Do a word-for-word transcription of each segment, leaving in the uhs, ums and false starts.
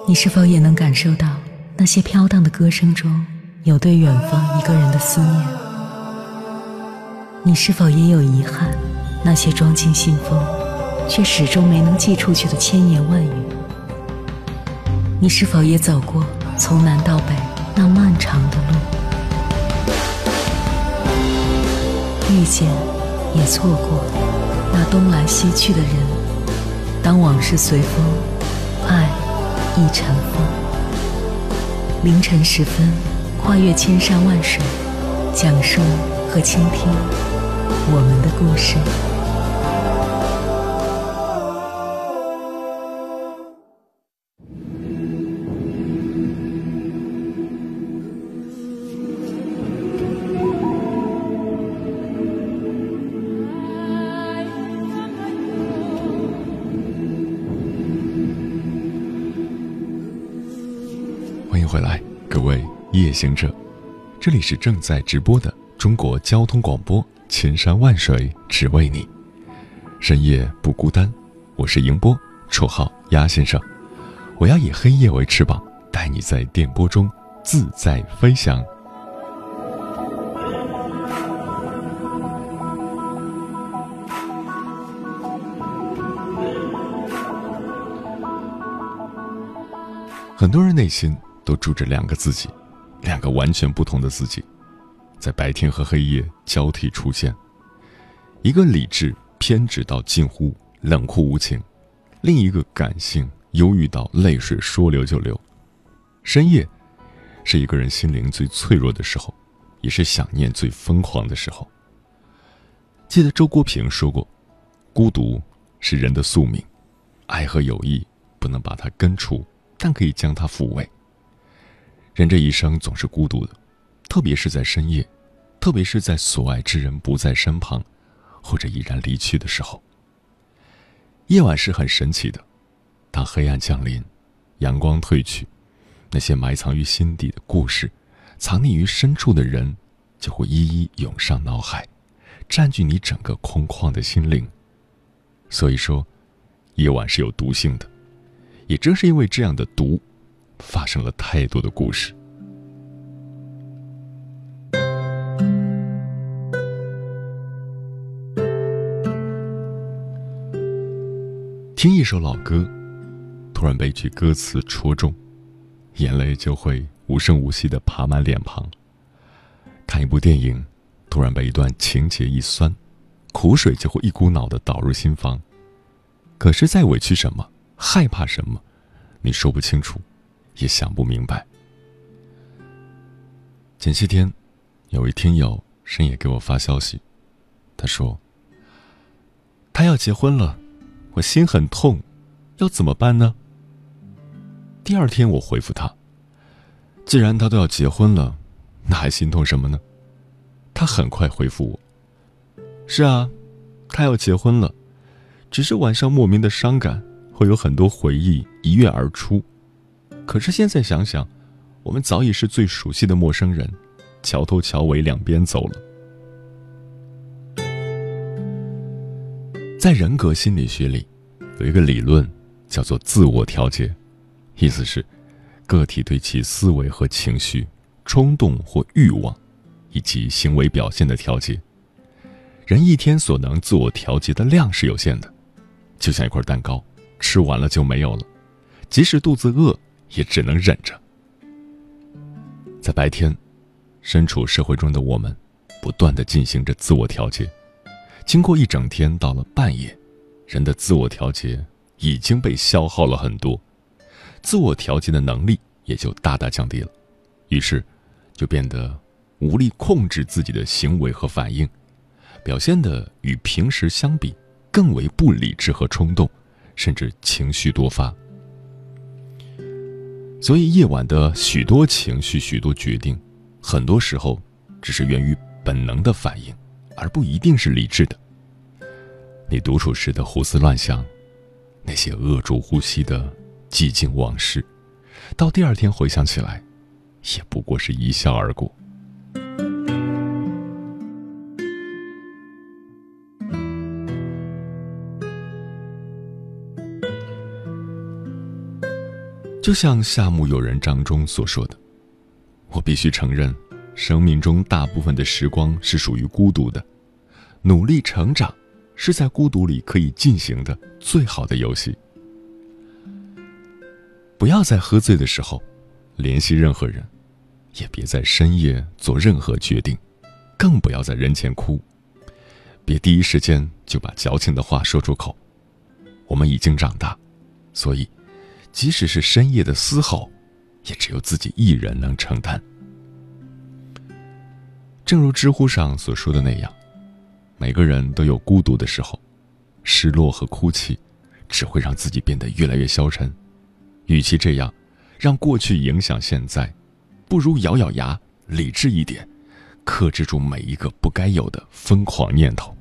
你是否也能感受到那些飘荡的歌声中有对远方一个人的思念？你是否也有遗憾，那些装进信封却始终没能寄出去的千言万语？你是否也走过从南到北那漫长的路？遇见也错过那东来西去的人，当往事随风，爱亦尘封。凌晨时分，跨越千山万水，讲述和倾听我们的故事。 欢迎回来，各位夜行者，这里是正在直播的中国交通广播，千山万水只为你，深夜不孤单。我是迎波，绰号鸭先生。我要以黑夜为翅膀，带你在电波中自在飞翔。很多人内心都住着两个自己，两个完全不同的自己，在白天和黑夜交替出现。一个理智偏执到近乎冷酷无情，另一个感性忧郁到泪水说流就流。深夜是一个人心灵最脆弱的时候，也是想念最疯狂的时候。记得周国平说过，孤独是人的宿命，爱和友谊不能把它根除，但可以将它抚慰。人这一生总是孤独的，特别是在深夜，特别是在所爱之人不在身旁，或者已然离去的时候。夜晚是很神奇的，当黑暗降临，阳光褪去，那些埋藏于心底的故事，藏匿于深处的人，就会一一涌上脑海，占据你整个空旷的心灵。所以说，夜晚是有毒性的，也正是因为这样的毒，发生了太多的故事。听一首老歌，突然被一句歌词戳中，眼泪就会无声无息地爬满脸庞。看一部电影，突然被一段情节一酸，苦水就会一股脑地导入心房。可是在委屈什么，害怕什么，你说不清楚，也想不明白。前些天，有位听友深夜给我发消息，他说他要结婚了，我心很痛，要怎么办呢？第二天我回复他，既然他都要结婚了，那还心痛什么呢？他很快回复我，是啊，他要结婚了，只是晚上莫名的伤感，会有很多回忆一跃而出。可是现在想想，我们早已是最熟悉的陌生人，桥头桥尾两边走了。在人格心理学里，有一个理论叫做自我调节，意思是个体对其思维和情绪、冲动或欲望以及行为表现的调节。人一天所能自我调节的量是有限的，就像一块蛋糕，吃完了就没有了，即使肚子饿也只能忍着。在白天，身处社会中的我们不断地进行着自我调节，经过一整天，到了半夜，人的自我调节已经被消耗了很多，自我调节的能力也就大大降低了，于是就变得无力控制自己的行为和反应，表现得与平时相比更为不理智和冲动，甚至情绪多发。所以夜晚的许多情绪、许多决定，很多时候只是源于本能的反应，而不一定是理智的。你独处时的胡思乱想，那些扼住呼吸的寂静往事，到第二天回想起来，也不过是一笑而过。 就像夏目友人帐中所说的，我必须承认，生命中大部分的时光是属于孤独的，努力成长是在孤独里可以进行的最好的游戏。不要在喝醉的时候联系任何人，也别在深夜做任何决定，更不要在人前哭，别第一时间就把矫情的话说出口。我们已经长大，所以即使是深夜的嘶吼，也只有自己一人能承担。正如知乎上所说的那样，每个人都有孤独的时候，失落和哭泣只会让自己变得越来越消沉。与其这样让过去影响现在，不如咬咬牙理智一点，克制住每一个不该有的疯狂念头。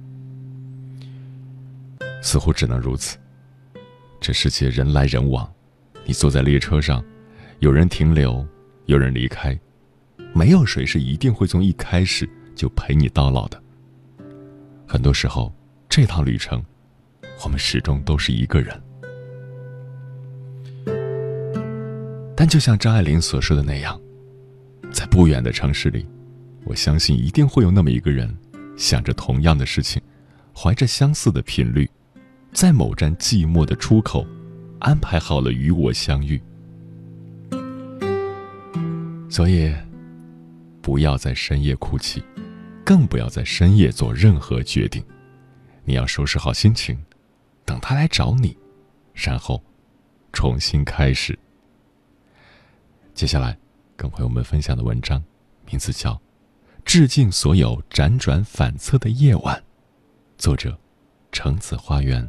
似乎只能如此。这世界人来人往，你坐在列车上，有人停留，有人离开，没有谁是一定会从一开始就陪你到老的。很多时候，这趟旅程，我们始终都是一个人。但就像张爱玲所说的那样，在不远的城市里，我相信一定会有那么一个人，想着同样的事情，怀着相似的频率，在某站寂寞的出口安排好了与我相遇。所以不要在深夜哭泣，更不要在深夜做任何决定。你要收拾好心情，等他来找你，然后重新开始。接下来跟朋友们分享的文章名字叫《致敬所有辗转反侧的夜晚》，作者橙子花园。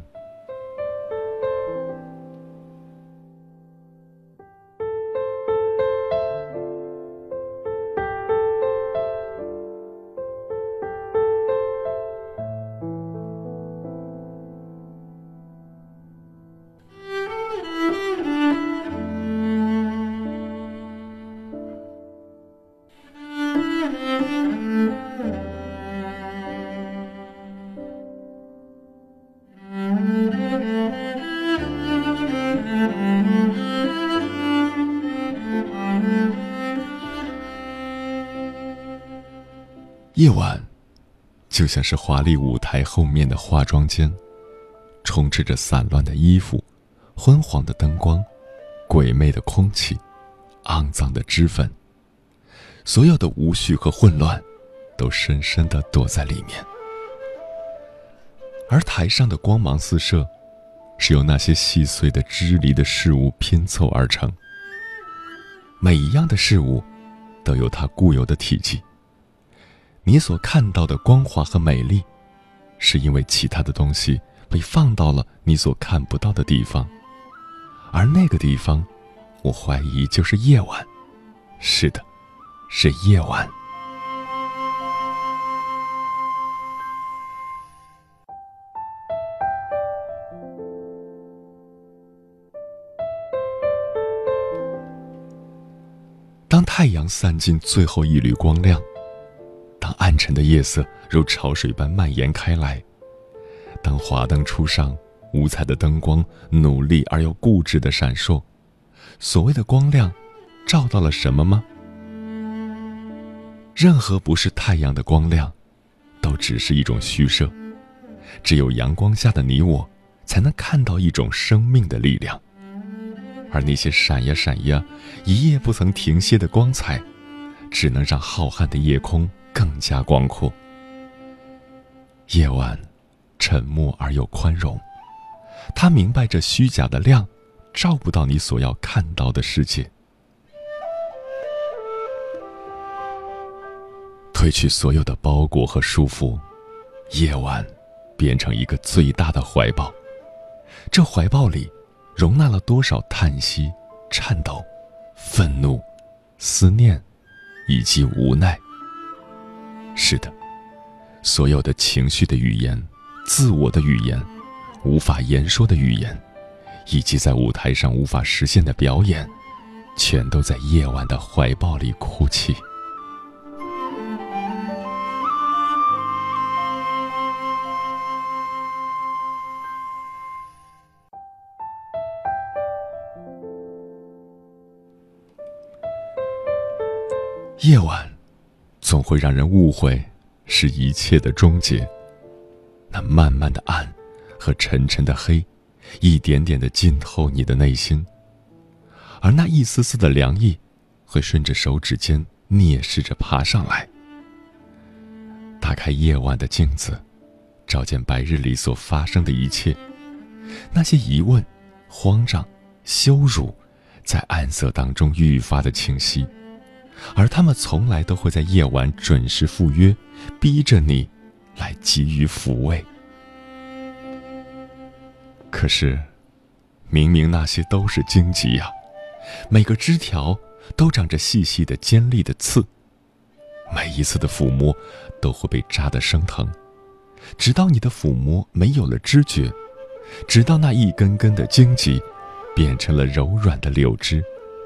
夜晚就像是华丽舞台后面的化妆间，充斥着散乱的衣服、昏黄的灯光、鬼魅的空气、肮脏的脂粉，所有的无序和混乱都深深地躲在里面。而台上的光芒四射，是由那些细碎的支离的事物拼凑而成。每一样的事物都有它固有的体积。你所看到的光滑和美丽，是因为其他的东西被放到了你所看不到的地方，而那个地方，我怀疑就是夜晚。是的，是夜晚。当太阳散尽最后一缕光亮，当暗沉的夜色如潮水般蔓延开来，当华灯初上，五彩的灯光努力而又固执地闪烁，所谓的光亮照到了什么吗？任何不是太阳的光亮都只是一种虚设，只有阳光下的你我才能看到一种生命的力量。而那些闪呀闪呀一夜不曾停歇的光彩，只能让浩瀚的夜空更加广阔。夜晚沉默而又宽容，它明白这虚假的亮照不到你所要看到的世界。褪去所有的包裹和束缚，夜晚变成一个最大的怀抱。这怀抱里容纳了多少叹息、颤抖、愤怒、思念以及无奈。是的，所有的情绪的语言、自我的语言、无法言说的语言，以及在舞台上无法实现的表演，全都在夜晚的怀抱里哭泣。 夜晚总会让人误会是一切的终结。那漫漫的暗和沉沉的黑，一点点地浸透你的内心，而那一丝丝的凉意会顺着手指间啮视着爬上来。打开夜晚的镜子，照见白日里所发生的一切，那些疑问、慌张、羞辱，在暗色当中愈发的清晰，而他们从来都会在夜晚准时赴约，逼着你来给予抚慰。可是明明那些都是荆棘呀，每个枝条都长着细细的尖利的刺，每一次的抚摸都会被扎得生疼，直到你的抚摸没有了知觉，直到那一根根的荆棘变成了柔软的柳枝。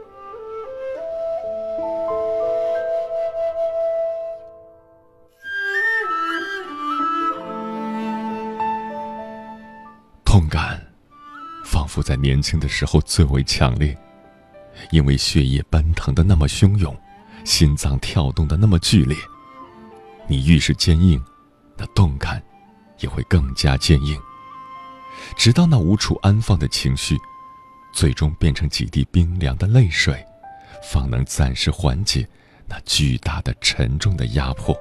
痛感仿佛在年轻的时候最为强烈，因为血液奔腾的那么汹涌，心脏跳动的那么剧烈，你愈是坚硬，那动感也会更加坚硬，直到那无处安放的情绪最终变成几滴冰凉的泪水，方能暂时缓解那巨大的沉重的压迫。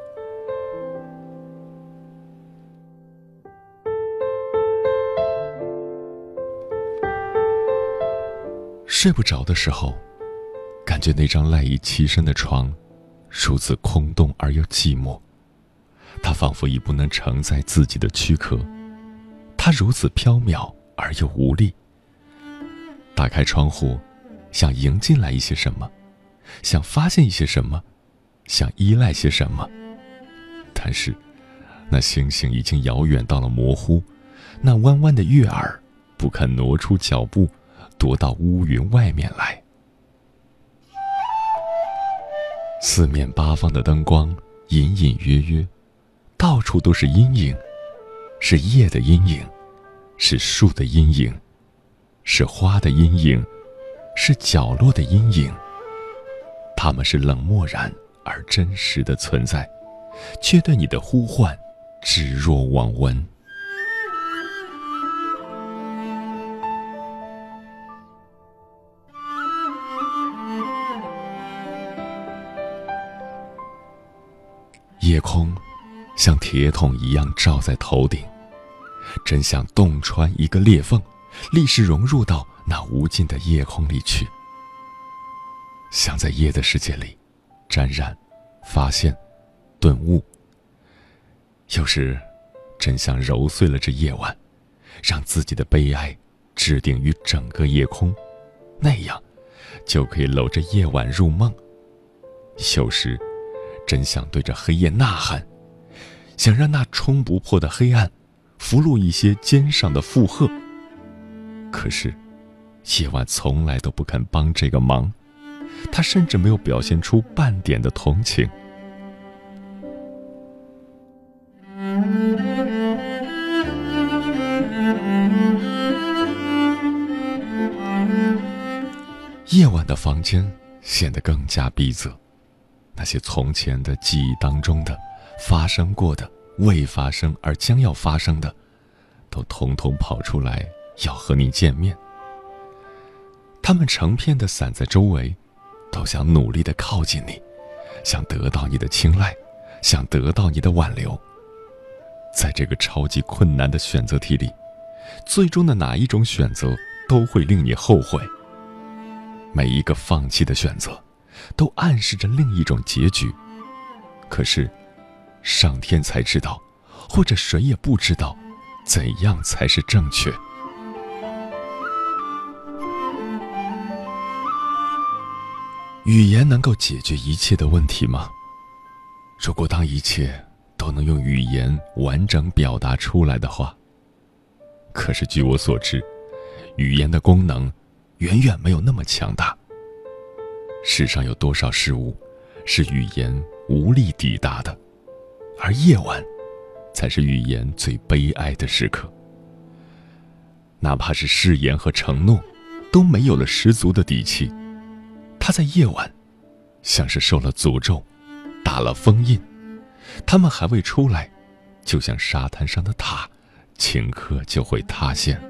睡不着的时候，感觉那张赖以栖身的床如此空洞而又寂寞，它仿佛已不能承载自己的躯壳，它如此飘渺而又无力。打开窗户，想迎进来一些什么，想发现一些什么，想依赖些什么，但是那星星已经遥远到了模糊，那弯弯的月耳不肯挪出脚步，躲到乌云外面来。四面八方的灯光隐隐约约，到处都是阴影，是夜的阴影，是树的阴影，是花的阴影，是角落的阴影。它们是冷漠然而真实的存在，却对你的呼唤置若罔闻。夜空像铁桶一样罩在头顶，真想洞穿一个裂缝，立时融入到那无尽的夜空里去，想在夜的世界里沾染、发现、顿悟。有时真想揉碎了这夜晚，让自己的悲哀置顶于整个夜空，那样就可以搂着夜晚入梦。有时真想对着黑夜呐喊，想让那冲不破的黑暗俘虏一些肩上的负荷。可是夜晚从来都不肯帮这个忙，他甚至没有表现出半点的同情。夜晚的房间显得更加逼仄，那些从前的记忆当中的、发生过的、未发生而将要发生的，都统统跑出来要和你见面。他们成片地散在周围，都想努力地靠近你，想得到你的青睐，想得到你的挽留。在这个超级困难的选择题里，最终的哪一种选择都会令你后悔。每一个放弃的选择都暗示着另一种结局，可是上天才知道，或者谁也不知道怎样才是正确。语言能够解决一切的问题吗？如果当一切都能用语言完整表达出来的话，可是据我所知，语言的功能远远没有那么强大。世上有多少事物是语言无力抵达的，而夜晚才是语言最悲哀的时刻。哪怕是誓言和承诺都没有了十足的底气，它在夜晚像是受了诅咒，打了封印，他们还未出来，就像沙滩上的塔，顷刻就会塌陷。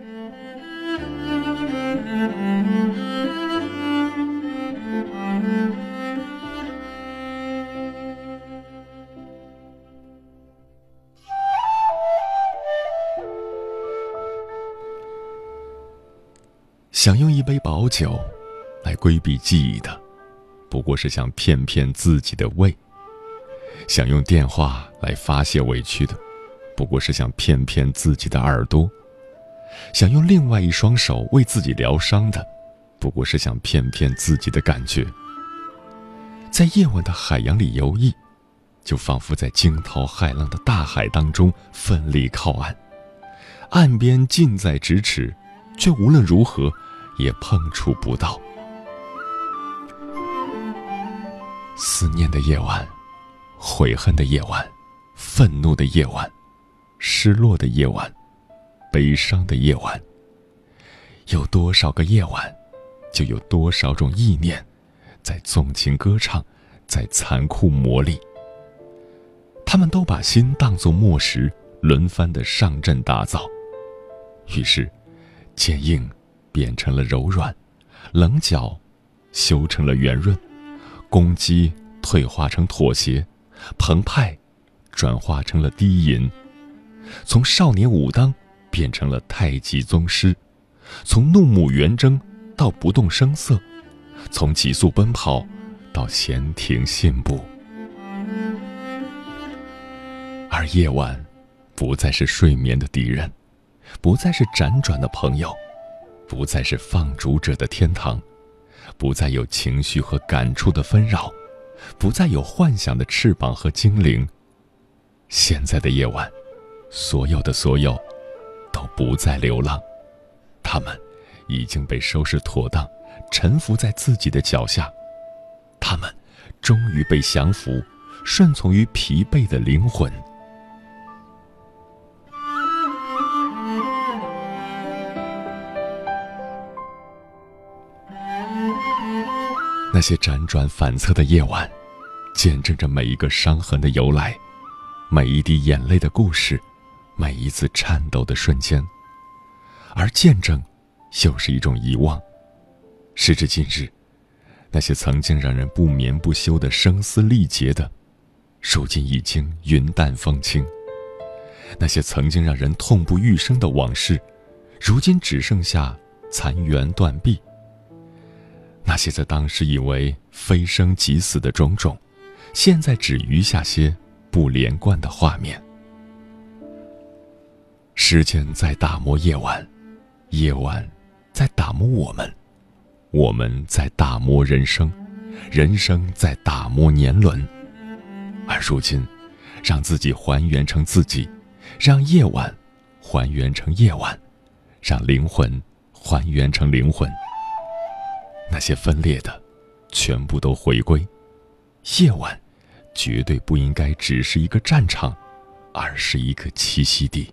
想用一杯薄酒来规避记忆的，不过是想骗骗自己的胃；想用电话来发泄委屈的，不过是想骗骗自己的耳朵；想用另外一双手为自己疗伤的，不过是想骗骗自己的感觉。在夜晚的海洋里游弋，就仿佛在惊涛骇浪的大海当中奋力靠岸，岸边近在咫尺，却无论如何也碰触不到。思念的夜晚，悔恨的夜晚，愤怒的夜晚，失落的夜晚，悲伤的夜晚。有多少个夜晚，就有多少种意念，在纵情歌唱，在残酷磨砺。他们都把心当作磨石，轮番的上阵打造。于是坚硬变成了柔软，棱角修成了圆润，攻击退化成妥协，澎湃转化成了低吟。从少年武当变成了太极宗师，从怒目圆睁到不动声色，从急速奔跑到闲庭信步。而夜晚不再是睡眠的敌人，不再是辗转的朋友，不再是放逐者的天堂，不再有情绪和感触的纷扰，不再有幻想的翅膀和精灵。现在的夜晚，所有的所有都不再流浪，他们已经被收拾妥当，臣服在自己的脚下。他们终于被降服，顺从于疲惫的灵魂。那些辗转反侧的夜晚，见证着每一个伤痕的由来，每一滴眼泪的故事，每一次颤抖的瞬间。而见证又是一种遗忘。时至今日，那些曾经让人不眠不休的声嘶力竭的，如今已经云淡风轻；那些曾经让人痛不欲生的往事，如今只剩下残垣断壁。那些在当时以为非生即死的种种，现在只余下些不连贯的画面。时间在打磨夜晚，夜晚在打磨我们，我们在打磨人生，人生在打磨年轮。而如今，让自己还原成自己，让夜晚还原成夜晚，让灵魂还原成灵魂。那些分裂的，全部都回归。夜晚绝对不应该只是一个战场，而是一个栖息地。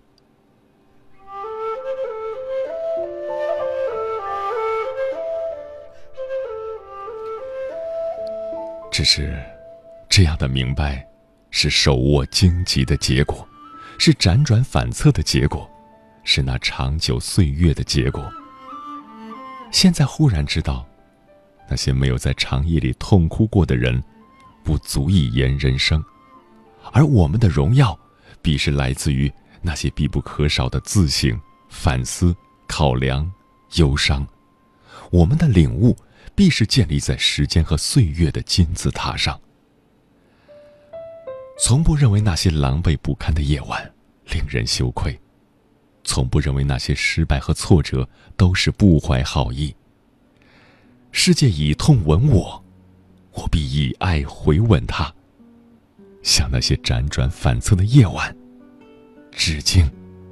只是这样的明白，是手握荆棘的结果，是辗转反侧的结果，是那长久岁月的结果。现在忽然知道，那些没有在长夜里痛哭过的人，不足以言人生，而我们的荣耀，必是来自于那些必不可少的自省、反思、考量、忧伤。我们的领悟，必是建立在时间和岁月的金字塔上。从不认为那些狼狈不堪的夜晚令人羞愧，从不认为那些失败和挫折都是不怀好意。世界以痛吻我，我必以爱回吻它。向那些辗转反侧的夜晚致敬。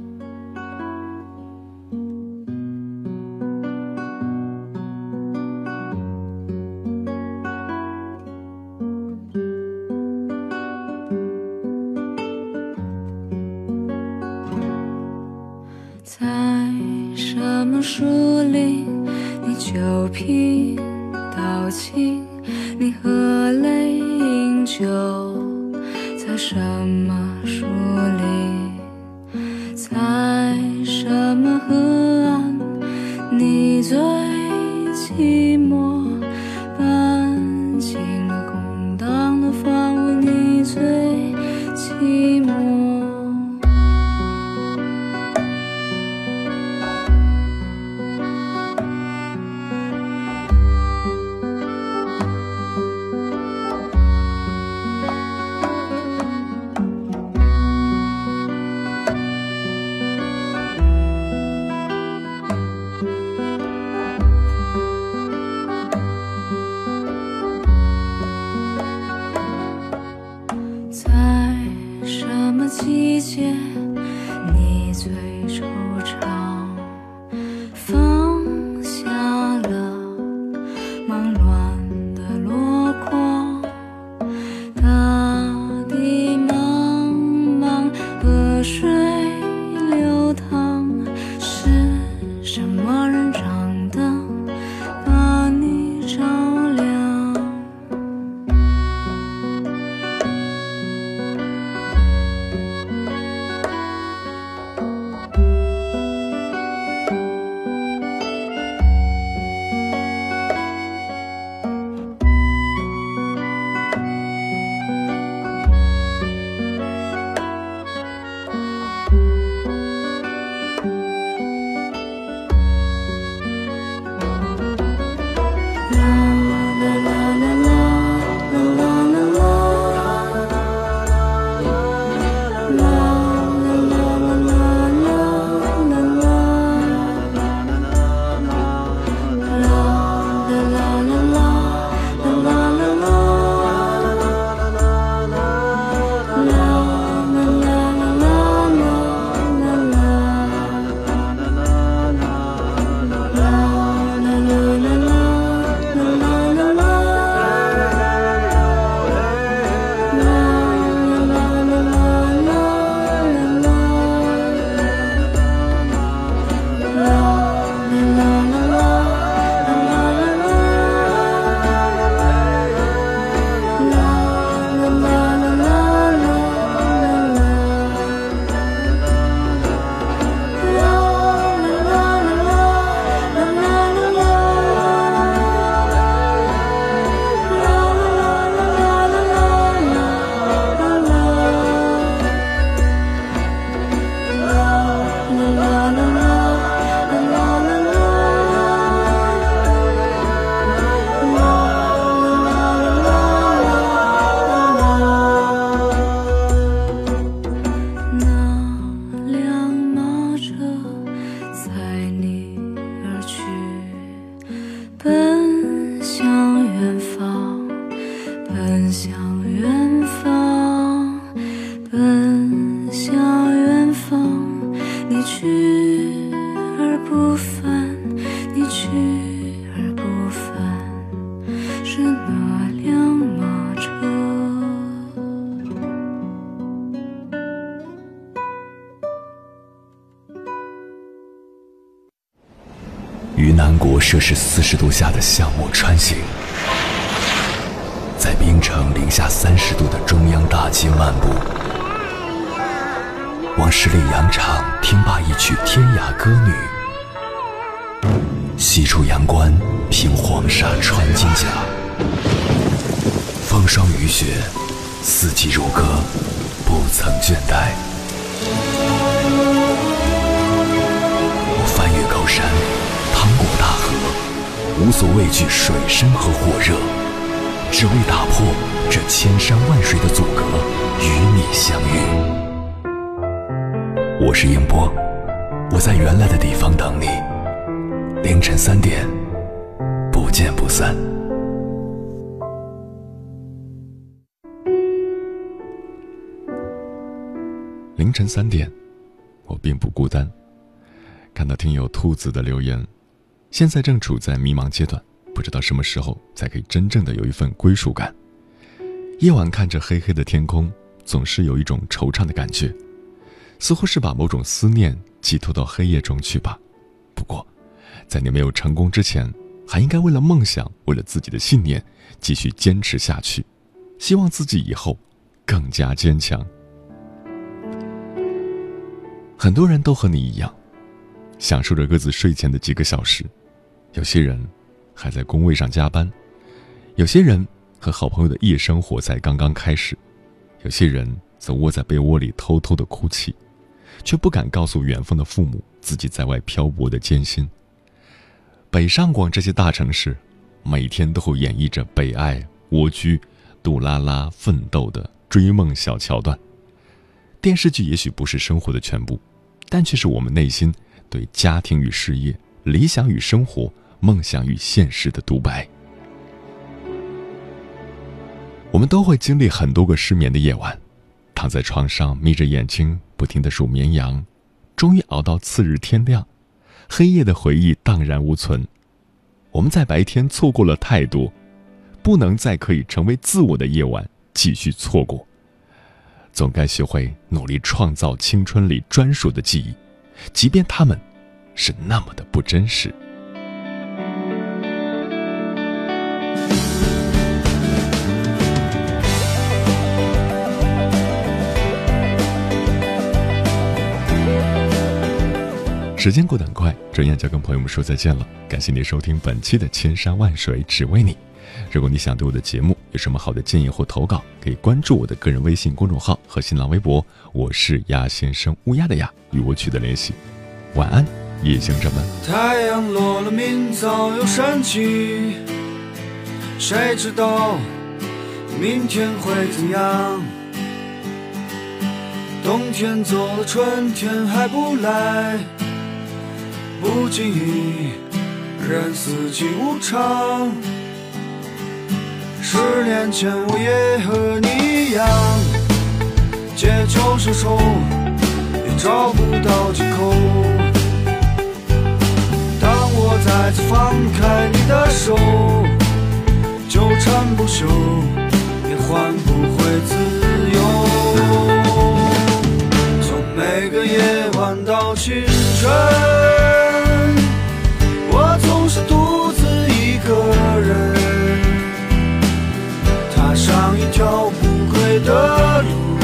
在什么树林，你就劈到青， 你和泪饮酒，在什么树里，在什么河岸，你最寂寞，搬进了空荡的房屋，你最寂寞。季节你最惆怅，放下了忙乱的落魄，大地茫茫，河水流淌，是什么人长灯把你照亮？奔向远方，奔向远方，奔向远方，你去而不返，你去而不返，是那辆马车。 于南国摄氏四十度下的项目穿行，在冰城零下三十度的中央大街漫步，往十里洋场听罢一曲天涯歌女，西出阳关凭黄沙穿金甲，风霜雨雪，四季如歌，不曾倦怠。我翻越高山，趟过大河，无所畏惧水深和火热，只为打破这千山万水的阻隔，与你相遇。我是英波，我在原来的地方等你，凌晨三点，不见不散。 凌晨三点，我并不孤单。看到听友兔子的留言，现在正处在迷茫阶段，不知道什么时候才可以真正的有一份归属感。夜晚看着黑黑的天空，总是有一种惆怅的感觉，似乎是把某种思念寄托到黑夜中去吧。不过在你没有成功之前， 还应该为了梦想，为了自己的信念继续坚持下去，希望自己以后更加坚强。很多人都和你一样，享受着各自睡前的几个小时，有些人还在工位上加班，有些人和好朋友的夜生活才刚刚开始，有些人则窝在被窝里偷偷的哭泣，却不敢告诉远方的父母自己在外漂泊的艰辛。北上广这些大城市，每天都会演绎着北爱、蜗居、杜拉拉奋斗的追梦小桥段。电视剧也许不是生活的全部，但却是我们内心对家庭与事业、理想与生活、梦想与现实的独白。我们都会经历很多个失眠的夜晚，躺在床上眯着眼睛不停地数绵羊，终于熬到次日天亮，黑夜的回忆荡然无存。我们在白天错过了太多，不能在可以成为自我的夜晚继续错过，总该学会努力创造青春里专属的记忆，即便它们是那么的不真实。时间过得很快，转眼就跟朋友们说再见了。感谢你收听本期的千山万水只为你。如果你想对我的节目有什么好的建议或投稿，可以关注我的个人微信公众号和新浪微博，我是鸭先生，乌鸦的鸭，与我取得联系。晚安，夜行者们。 太阳落了，明早又升起，谁知道明天会怎样？冬天走了，春天还不来，不经意，任四季无常。十年前我也和你一样，借酒消愁，也找不到借口。当我再次放开你的手，纠缠不休，也换不回自由。从每个夜晚到清晨，我总是独自一个人，踏上一条不归的路。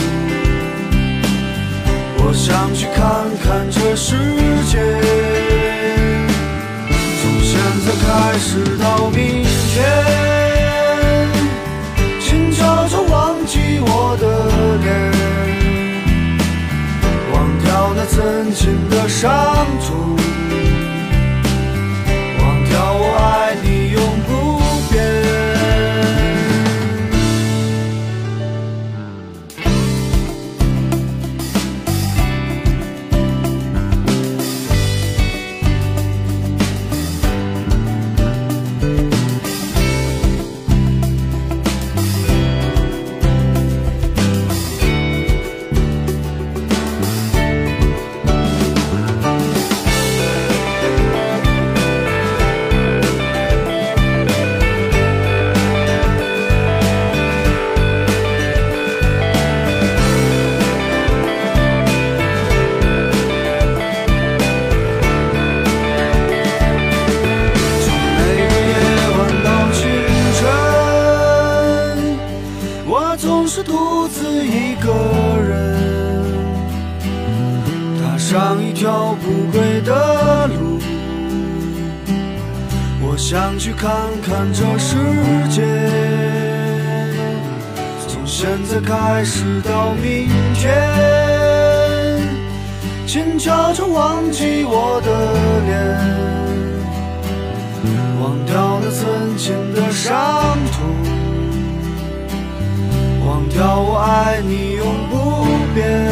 我想去看看这世界，从现在开始到明天，请悄悄忘记我的脸，忘掉那曾经的伤痛，忘掉我爱你永不变。总是独自一个人，踏上一条不归的路。我想去看看这世界，从现在开始到明天，请悄悄忘记我的脸，忘掉那曾经的伤痛，忘掉我爱你永不变。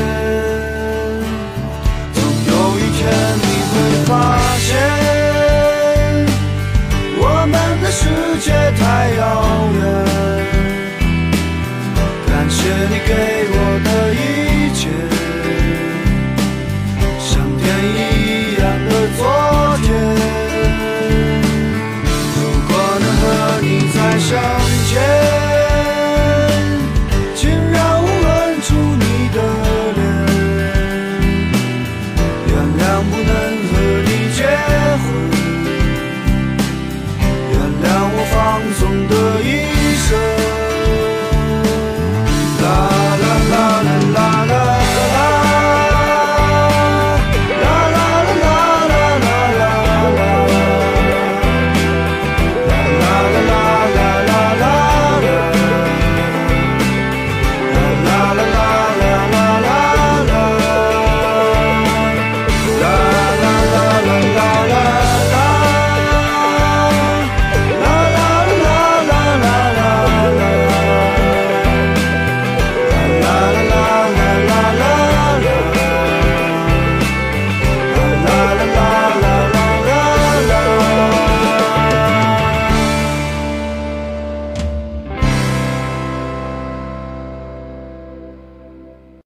总有一天你会发现，我们的世界太遥远。感谢你给我的一切，像电影一样的昨天。如果能和你再相见，不能和你结婚， 松的